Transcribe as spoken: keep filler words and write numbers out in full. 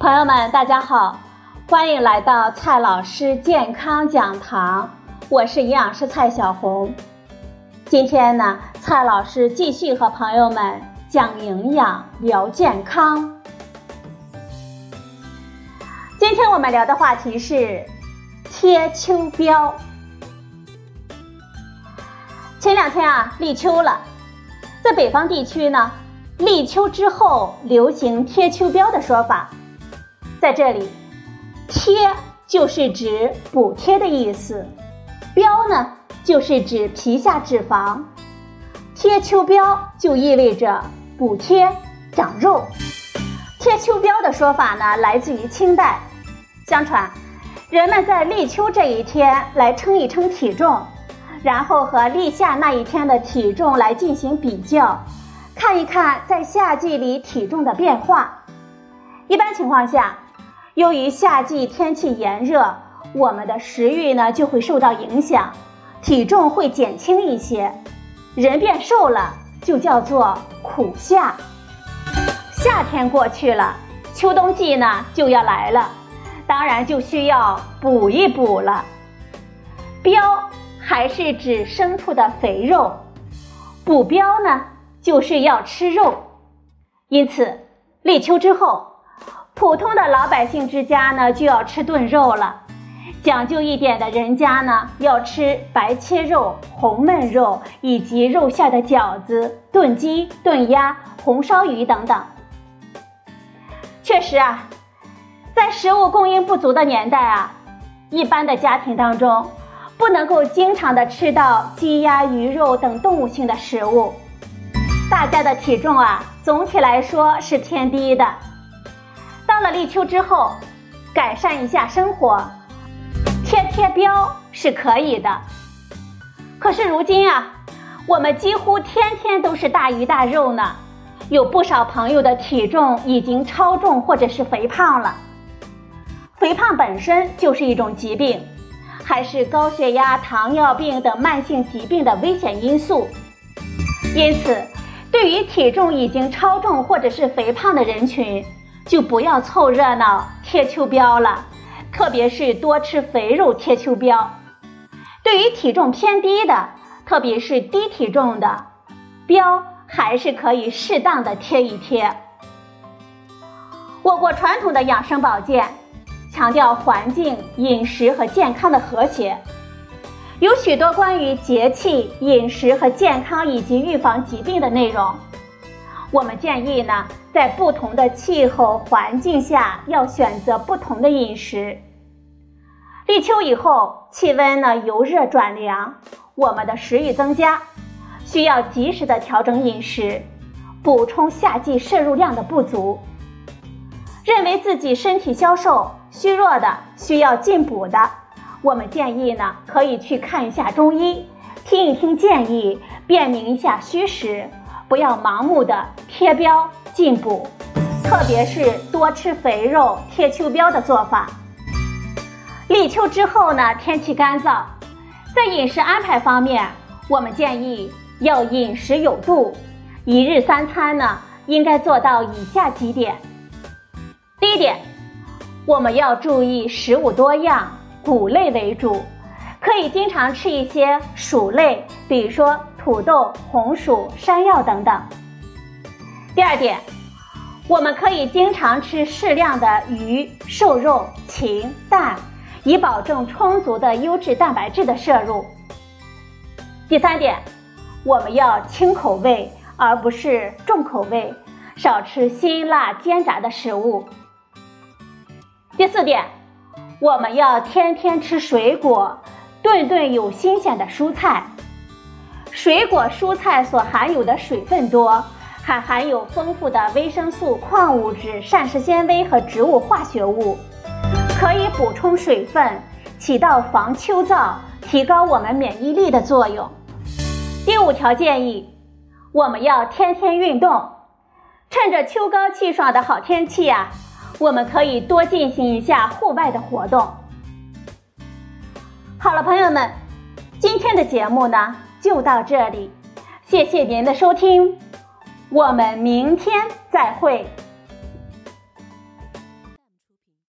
朋友们大家好，欢迎来到蔡老师健康讲堂，我是营养师蔡小红。今天呢，蔡老师继续和朋友们讲营养聊健康。今天我们聊的话题是贴秋膘。前两天啊，立秋了，在北方地区呢，立秋之后流行贴秋膘的说法。在这里，贴就是指补贴的意思，膘呢就是指皮下脂肪，贴秋膘就意味着补贴长肉。贴秋膘的说法呢，来自于清代。相传人们在立秋这一天来称一称体重，然后和立夏那一天的体重来进行比较，看一看在夏季里体重的变化。一般情况下，由于夏季天气炎热，我们的食欲呢就会受到影响，体重会减轻一些，人变瘦了，就叫做苦夏。夏天过去了，秋冬季呢就要来了，当然就需要补一补了。膘还是指牲畜的肥肉，补膘呢就是要吃肉。因此立秋之后，普通的老百姓之家呢就要吃炖肉了，讲究一点的人家呢要吃白切肉、红焖肉以及肉馅的饺子、炖鸡、炖鸭、红烧鱼等等。确实啊，在食物供应不足的年代啊，一般的家庭当中不能够经常的吃到鸡鸭鱼肉等动物性的食物，大家的体重啊总体来说是偏低的。到了立秋之后，改善一下生活，贴贴膘是可以的。可是如今啊，我们几乎天天都是大鱼大肉呢，有不少朋友的体重已经超重或者是肥胖了。肥胖本身就是一种疾病，还是高血压、糖尿病等慢性疾病的危险因素。因此，对于体重已经超重或者是肥胖的人群，就不要凑热闹贴秋膘了，特别是多吃肥肉贴秋膘。对于体重偏低的，特别是低体重的，膘还是可以适当的贴一贴。我国传统的养生保健强调环境、饮食和健康的和谐，有许多关于节气、饮食和健康以及预防疾病的内容。我们建议呢，在不同的气候环境下要选择不同的饮食。立秋以后，气温呢由热转凉，我们的食欲增加，需要及时的调整饮食，补充夏季摄入量的不足。认为自己身体消瘦、虚弱的，需要进补的，我们建议呢可以去看一下中医，听一听建议，辨明一下虚实，不要盲目的贴膘进补，特别是多吃肥肉贴秋膘的做法。立秋之后呢，天气干燥，在饮食安排方面，我们建议要饮食有度，一日三餐呢应该做到以下几点。第一点，我们要注意食物多样，谷类为主，可以经常吃一些薯类，比如说土豆、红薯、山药等等。第二点，我们可以经常吃适量的鱼、瘦肉、禽、蛋，以保证充足的优质蛋白质的摄入。第三点，我们要轻口味而不是重口味，少吃辛辣煎炸的食物。第四点，我们要天天吃水果，顿顿有新鲜的蔬菜。水果蔬菜所含有的水分多，还含有丰富的维生素、矿物质、膳食纤维和植物化学物，可以补充水分，起到防秋燥、提高我们免疫力的作用。第五条建议，我们要天天运动，趁着秋高气爽的好天气啊，我们可以多进行一下户外的活动。好了，朋友们，今天的节目呢就到这里，谢谢您的收听，我们明天再会。